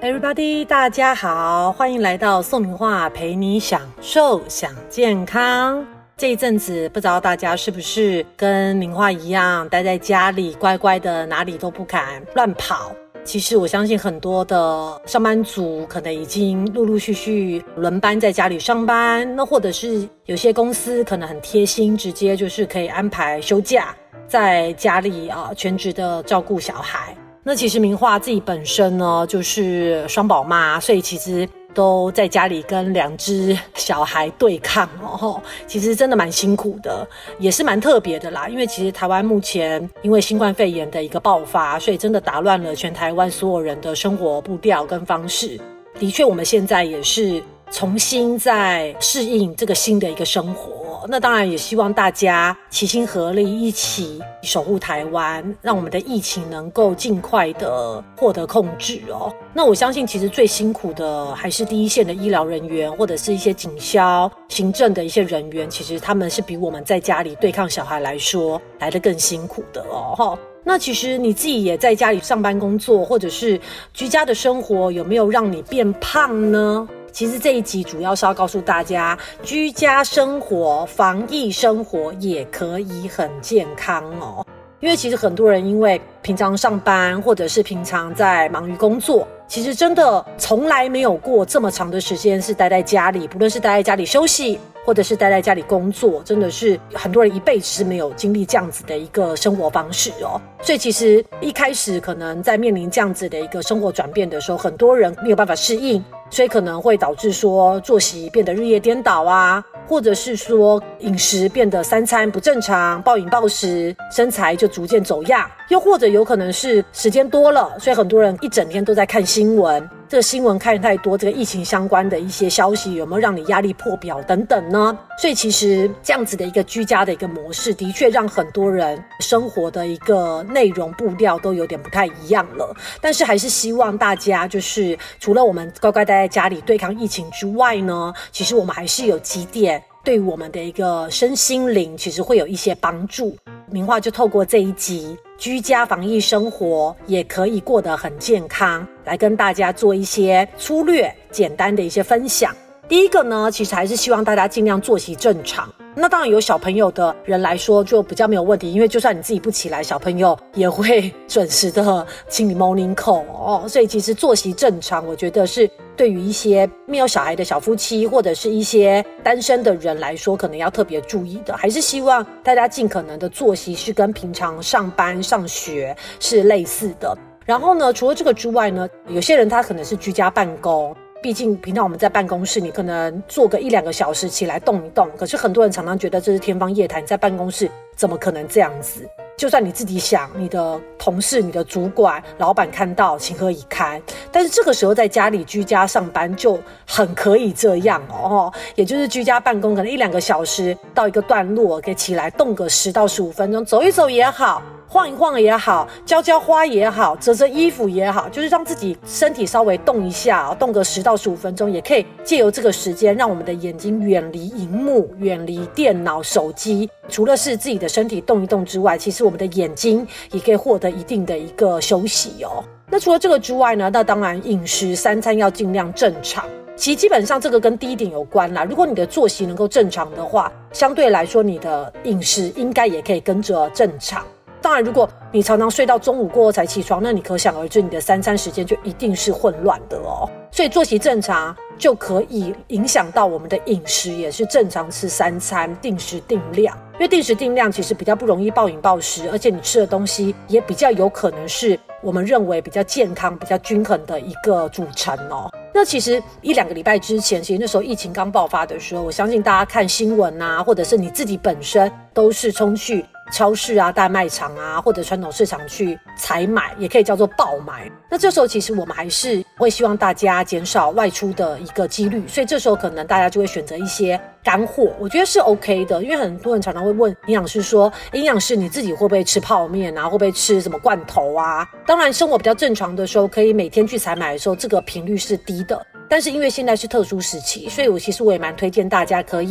Everybody， 大家好，欢迎来到宋明化陪你享受享健康。这一阵子不知道大家是不是跟明化一样待在家里乖乖的，哪里都不敢乱跑。其实我相信很多的上班族可能已经陆陆续续轮班在家里上班，那或者是有些公司可能很贴心，直接就是可以安排休假在家里全职的照顾小孩。那其实明化自己本身呢就是双宝妈，所以其实都在家里跟2只小孩对抗其实真的蛮辛苦的，也是蛮特别的啦。因为其实台湾目前因为新冠肺炎的一个爆发，所以真的打乱了全台湾所有人的生活步调跟方式。的确我们现在也是重新在适应这个新的一个生活，那当然也希望大家齐心合力一起守护台湾，让我们的疫情能够尽快的获得控制那我相信其实最辛苦的还是第一线的医疗人员，或者是一些警消行政的一些人员，其实他们是比我们在家里对抗小孩来说来得更辛苦的那其实你自己也在家里上班工作，或者是居家的生活，有没有让你变胖呢？其实这一集主要是要告诉大家，居家生活、防疫生活也可以很健康因为其实很多人因为平常上班，或者是平常在忙于工作，其实真的从来没有过这么长的时间是待在家里，不论是待在家里休息，或者是待在家里工作，真的是很多人一辈子是没有经历这样子的一个生活方式所以其实一开始可能在面临这样子的一个生活转变的时候，很多人没有办法适应，所以可能会导致说作息变得日夜颠倒或者是说饮食变得3餐不正常，暴饮暴食，身材就逐渐走样，又或者有可能是时间多了，所以很多人一整天都在看新闻，这个新闻看太多，这个疫情相关的一些消息有没有让你压力破表等等呢？所以其实这样子的一个居家的一个模式，的确让很多人生活的一个内容步调都有点不太一样了。但是还是希望大家就是除了我们乖乖待在家里对抗疫情之外呢，其实我们还是有几点对我们的一个身心灵其实会有一些帮助。明化就透过这一集居家防疫生活也可以过得很健康，来跟大家做一些粗略简单的一些分享。第一个呢，其实还是希望大家尽量作息正常。那当然有小朋友的人来说就比较没有问题，因为就算你自己不起来，小朋友也会准时的请你 morning call 所以其实作息正常，我觉得是对于一些没有小孩的小夫妻，或者是一些单身的人来说，可能要特别注意的。还是希望大家尽可能的作息是跟平常上班上学是类似的。然后呢，除了这个之外呢，有些人他可能是居家办公，毕竟平常我们在办公室，你可能坐个1-2个小时起来动一动，可是很多人常常觉得这是天方夜谭，你在办公室怎么可能这样子？就算你自己想，你的同事、你的主管、老板看到情何以堪？但是这个时候在家里居家上班就很可以这样也就是居家办公，可能1-2个小时到一个段落，可以起来动个10到15分钟，走一走也好，晃一晃也好，浇浇花也好，折折衣服也好，就是让自己身体稍微动一下动个10到15分钟，也可以借由这个时间让我们的眼睛远离荧幕，远离电脑手机，除了是自己的身体动一动之外，其实我们的眼睛也可以获得一定的一个休息那除了这个之外呢，那当然饮食3餐要尽量正常。其实基本上这个跟第一点有关啦，如果你的作息能够正常的话，相对来说你的饮食应该也可以跟着正常。当然如果你常常睡到中午过后才起床，那你可想而知你的3餐时间就一定是混乱的所以作息正常就可以影响到我们的饮食，也是正常吃3餐，定时定量。因为定时定量其实比较不容易暴饮暴食，而且你吃的东西也比较有可能是我们认为比较健康、比较均衡的一个组成那其实1-2个礼拜之前，其实那时候疫情刚爆发的时候，我相信大家看新闻或者是你自己本身都是冲去超市大卖场或者传统市场去采买，也可以叫做爆买。那这时候其实我们还是会希望大家减少外出的一个几率，所以这时候可能大家就会选择一些干货，我觉得是 OK 的。因为很多人常常会问营养师说，营养师你自己会不会吃泡面会不会吃什么罐头当然生活比较正常的时候，可以每天去采买的时候，这个频率是低的。但是因为现在是特殊时期，所以其实我也蛮推荐大家可以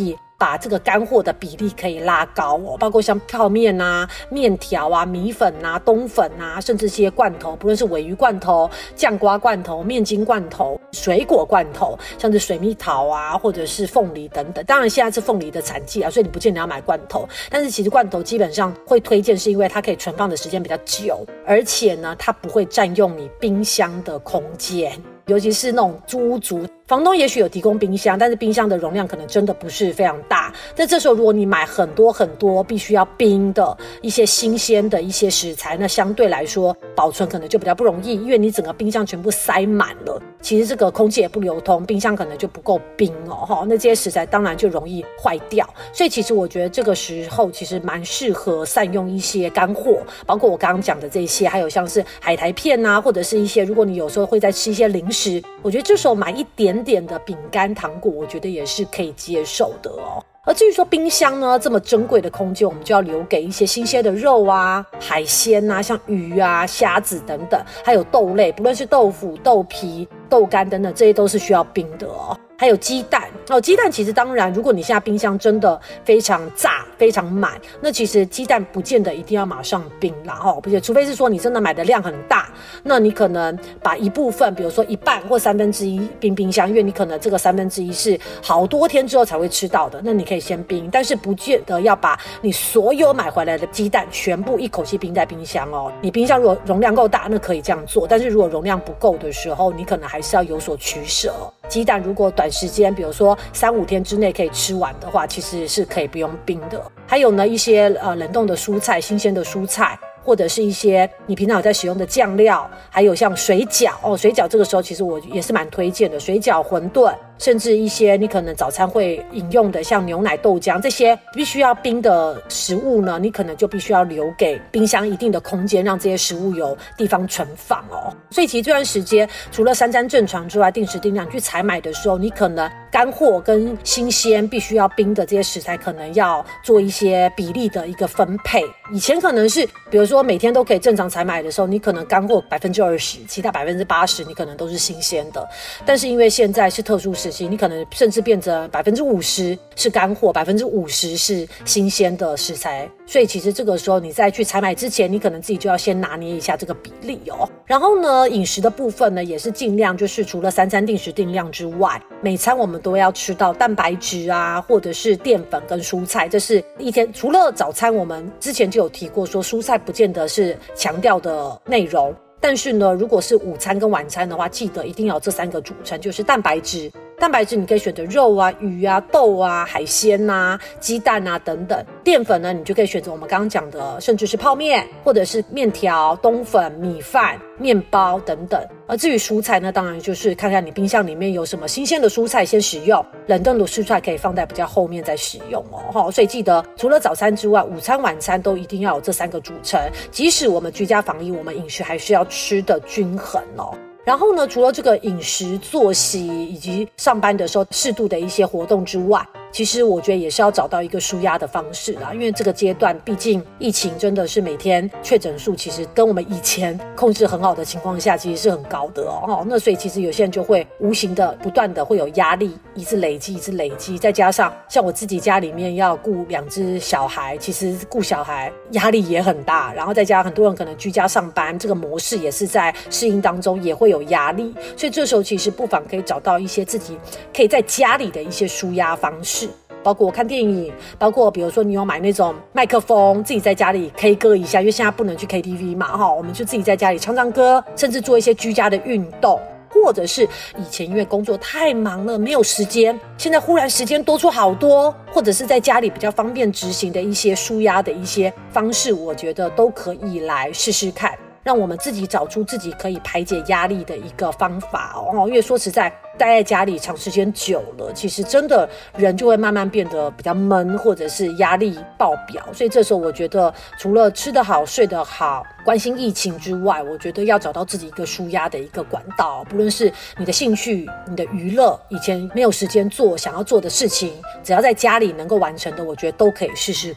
把这个干货的比例可以拉高哦，包括像泡面啊、面条啊、米粉啊、冬粉啊，甚至这些罐头，不论是鲔鱼罐头、酱瓜罐头、面筋罐头、水果罐头，像是水蜜桃啊，或者是凤梨等等。当然现在是凤梨的产季啊，所以你不见得要买罐头，但是其实罐头基本上会推荐，是因为它可以存放的时间比较久，而且呢，它不会占用你冰箱的空间。尤其是那种租屋族，房东也许有提供冰箱，但是冰箱的容量可能真的不是非常大。但这时候如果你买很多很多必须要冰的一些新鲜的一些食材，那相对来说保存可能就比较不容易，因为你整个冰箱全部塞满了，其实这个空气也不流通，冰箱可能就不够冰哦，那这些食材当然就容易坏掉。所以其实我觉得这个时候其实蛮适合善用一些干货，包括我刚刚讲的这些，还有像是海苔片啊，或者是一些如果你有时候会在吃一些零食，我觉得这时候买一点点的饼干糖果，我觉得也是可以接受的哦。而至于说冰箱呢，这么珍贵的空间，我们就要留给一些新鲜的肉啊、海鲜啊，像鱼啊、虾子等等，还有豆类，不论是豆腐、豆皮、豆干等等，这些都是需要冰的哦。还有鸡蛋哦，鸡蛋其实当然，如果你现在冰箱真的非常炸、非常满，那其实鸡蛋不见得一定要马上冰啦哦，不，除非是说你真的买的量很大，那你可能把一部分，比如说一半或1/3冰箱，因为你可能这个1/3是好多天之后才会吃到的，那你可以先冰，但是不见得要把你所有买回来的鸡蛋全部一口气冰在冰箱哦。你冰箱如果容量够大，那可以这样做，但是如果容量不够的时候，你可能还是要有所取舍。鸡蛋如果短时间，比如说3-5天之内可以吃完的话，其实是可以不用冰的。还有呢，一些冷冻的蔬菜、新鲜的蔬菜，或者是一些你平常有在使用的酱料，还有像水饺哦，水饺这个时候其实我也是蛮推荐的，水饺、馄饨，甚至一些你可能早餐会饮用的像牛奶、豆浆，这些必须要冰的食物呢，你可能就必须要留给冰箱一定的空间，让这些食物有地方存放哦。所以其实这段时间除了三餐正常之外，定时定量去采买的时候，你可能干货跟新鲜必须要冰的这些食材，可能要做一些比例的一个分配。以前可能是比如说每天都可以正常采买的时候，你可能干货20%，其他80%你可能都是新鲜的。但是因为现在是特殊时期，你可能甚至变成50%是干货，50%是新鲜的食材。所以其实这个时候你在去采买之前，你可能自己就要先拿捏一下这个比例哦。然后呢，饮食的部分呢，也是尽量就是除了3餐定时定量之外，每餐我们都要吃到蛋白质啊，或者是淀粉跟蔬菜，这是一天。除了早餐，我们之前就有提过说蔬菜不见得是强调的内容，但是呢，如果是午餐跟晚餐的话，记得一定要有这3个组成，就是蛋白质。蛋白质你可以选择肉啊、鱼啊、豆啊、海鲜啊、鸡蛋啊等等。淀粉呢，你就可以选择我们刚刚讲的，甚至是泡面，或者是面条、冬粉、米饭、面包等等。而至于蔬菜呢，当然就是看看你冰箱里面有什么新鲜的蔬菜先使用，冷冻的蔬菜可以放在比较后面再使用哦。所以记得除了早餐之外，午餐、晚餐都一定要有这3个组成。即使我们居家防疫，我们饮食还是要吃的均衡哦。然后呢，除了这个饮食作息以及上班的时候适度的一些活动之外，其实我觉得也是要找到一个抒压的方式啦，因为这个阶段毕竟疫情真的是每天确诊数其实跟我们以前控制很好的情况下其实是很高的哦。那所以其实有些人就会无形的不断的会有压力，一直累积，再加上像我自己家里面要顾2只小孩，其实顾小孩压力也很大，然后再加上很多人可能居家上班，这个模式也是在适应当中也会有压力，所以这时候其实不妨可以找到一些自己可以在家里的一些抒压方式，包括看电影，包括比如说你有买那种麦克风，自己在家里 K 歌一下，因为现在不能去 KTV 嘛，我们就自己在家里唱唱歌，甚至做一些居家的运动，或者是以前因为工作太忙了没有时间，现在忽然时间多出好多，或者是在家里比较方便执行的一些抒压的一些方式，我觉得都可以来试试看，让我们自己找出自己可以排解压力的一个方法哦。因为说实在，待在家里长时间久了，其实真的人就会慢慢变得比较闷，或者是压力爆表。所以这时候我觉得，除了吃得好、睡得好、关心疫情之外，我觉得要找到自己一个抒压的一个管道，不论是你的兴趣、你的娱乐，以前没有时间做想要做的事情，只要在家里能够完成的，我觉得都可以试试看。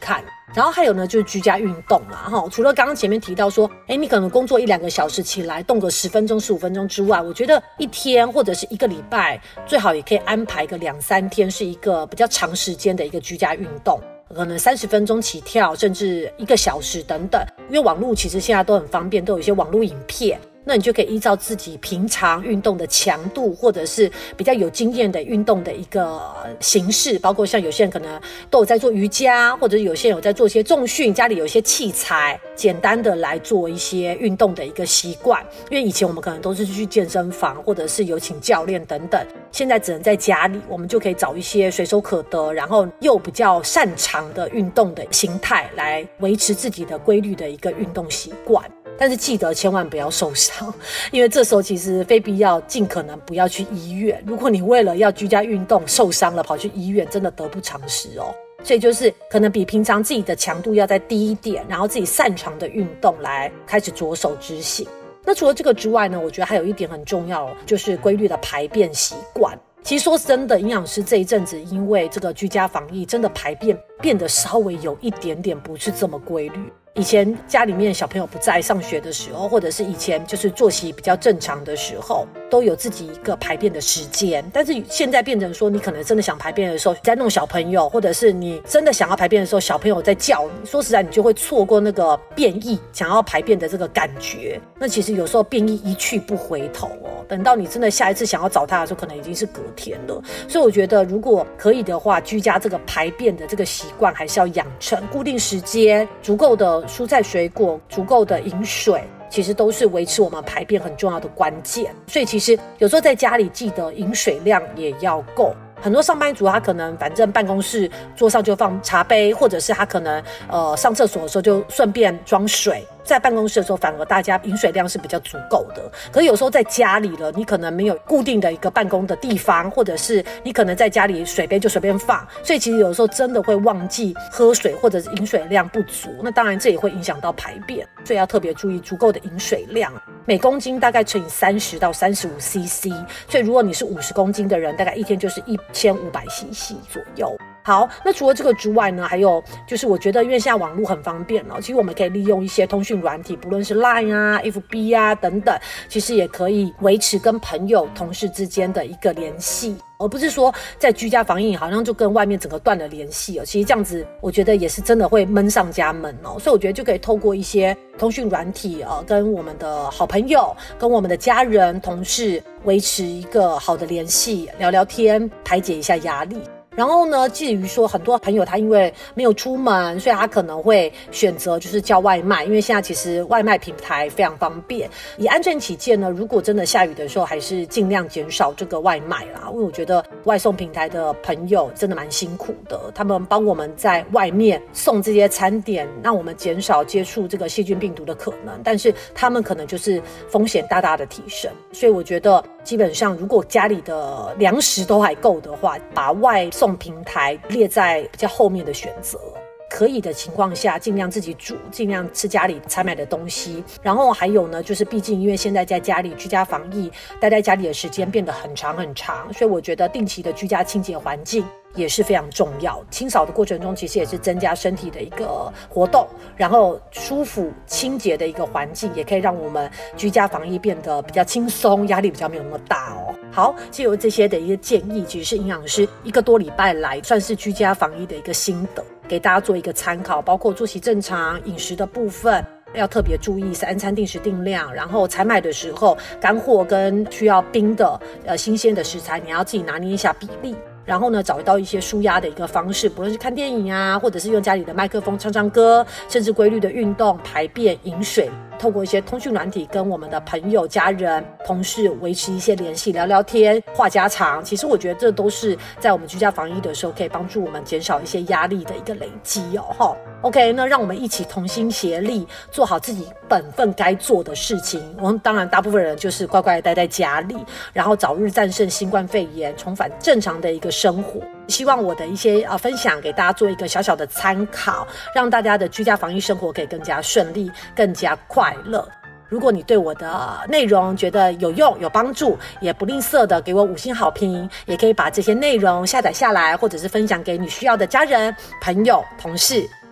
然后还有呢，就是居家运动啦，除了刚刚前面提到说，你可能工作1-2个小时起来动个10分钟、15分钟之外，我觉得一天或者是1个礼拜，最好也可以安排个2-3天，是一个比较长时间的一个居家运动。可能30分钟起跳，甚至1个小时等等，因为网络其实现在都很方便，都有一些网络影片，那你就可以依照自己平常运动的强度，或者是比较有经验的运动的一个形式，包括像有些人可能都有在做瑜伽，或者有些人有在做一些重训，家里有一些器材，简单的来做一些运动的一个习惯。因为以前我们可能都是去健身房，或者是有请教练等等，现在只能在家里，我们就可以找一些随手可得，然后又比较擅长的运动的形态，来维持自己的规律的一个运动习惯。但是记得千万不要受伤，因为这时候其实非必要尽可能不要去医院。如果你为了要居家运动受伤了跑去医院，真的得不偿失哦。所以就是可能比平常自己的强度要再低一点，然后自己擅长的运动来开始着手执行。那除了这个之外呢，我觉得还有一点很重要，就是规律的排便习惯。其实说真的，营养师这一阵子因为这个居家防疫，真的排便变得稍微有一点点不是这么规律。以前家里面小朋友不在上学的时候，或者是以前就是作息比较正常的时候，都有自己一个排便的时间。但是现在变成说，你可能真的想排便的时候你在弄小朋友，或者是你真的想要排便的时候小朋友在叫你，说实在你就会错过那个便意想要排便的这个感觉。那其实有时候便意一去不回头哦，等到你真的下一次想要找他的时候，可能已经是隔天了。所以我觉得如果可以的话，居家这个排便的这个习惯还是要养成，固定时间，足够的蔬菜水果，足够的饮水，其实都是维持我们排便很重要的关键。所以其实有时候在家里记得饮水量也要够。很多上班族他可能反正办公室桌上就放茶杯，或者是他可能上厕所的时候就顺便装水，在办公室的时候反而大家饮水量是比较足够的。可是有时候在家里了，你可能没有固定的一个办公的地方，或者是你可能在家里水杯就随便放，所以其实有时候真的会忘记喝水，或者是饮水量不足。那当然这也会影响到排便，所以要特别注意足够的饮水量，每公斤大概乘以30到35 cc， 所以如果你是50公斤的人，大概一天就是1500 cc 左右。好，那除了这个之外呢，还有就是我觉得因为现在网络很方便了，其实我们可以利用一些通讯软体，不论是 LINE 啊 FB 啊等等，其实也可以维持跟朋友同事之间的一个联系，而不是说在居家防疫好像就跟外面整个断了联系哦。其实这样子我觉得也是真的会闷上加闷哦。所以我觉得就可以透过一些通讯软体跟我们的好朋友，跟我们的家人同事维持一个好的联系，聊聊天，排解一下压力。然后呢，至于说很多朋友他因为没有出门，所以他可能会选择就是叫外卖，因为现在其实外卖平台非常方便。以安全起见呢，如果真的下雨的时候，还是尽量减少这个外卖啦，因为我觉得外送平台的朋友真的蛮辛苦的，他们帮我们在外面送这些餐点，让我们减少接触这个细菌病毒的可能，但是他们可能就是风险大大的提升。所以我觉得基本上如果家里的粮食都还够的话，把外送平台列在比较后面的选择，可以的情况下尽量自己煮，尽量吃家里采买的东西。然后还有呢，就是毕竟因为现在在家里居家防疫，待在家里的时间变得很长很长，所以我觉得定期的居家清洁环境也是非常重要。清扫的过程中其实也是增加身体的一个活动，然后舒服清洁的一个环境，也可以让我们居家防疫变得比较轻松，压力比较没有那么大哦。好，藉由这些的一个建议，其实是营养师1个多礼拜来算是居家防疫的一个心得，给大家做一个参考，包括作息正常、饮食的部分要特别注意3餐定时定量，然后采买的时候干货跟需要冰的新鲜的食材你要自己拿捏一下比例。然后呢，找到一些抒压的一个方式，不论是看电影啊，或者是用家里的麦克风唱唱歌，甚至规律的运动、排便、饮水，透过一些通讯软体跟我们的朋友、家人、同事维持一些联系，聊聊天、话家常。其实我觉得这都是在我们居家防疫的时候可以帮助我们减少一些压力的一个累积哦。OK， 那让我们一起同心协力，做好自己本分该做的事情。我们当然大部分人就是乖乖的待在家里，然后早日战胜新冠肺炎，重返正常的一个生活。希望我的一些分享给大家做一个小小的参考，让大家的居家防疫生活可以更加顺利，更加快乐。如果你对我的内容觉得有用有帮助，也不吝啬的给我5星好评，也可以把这些内容下载下来，或者是分享给你需要的家人、朋友、同事。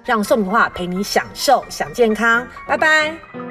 让宋明化陪你享受想健康，拜拜。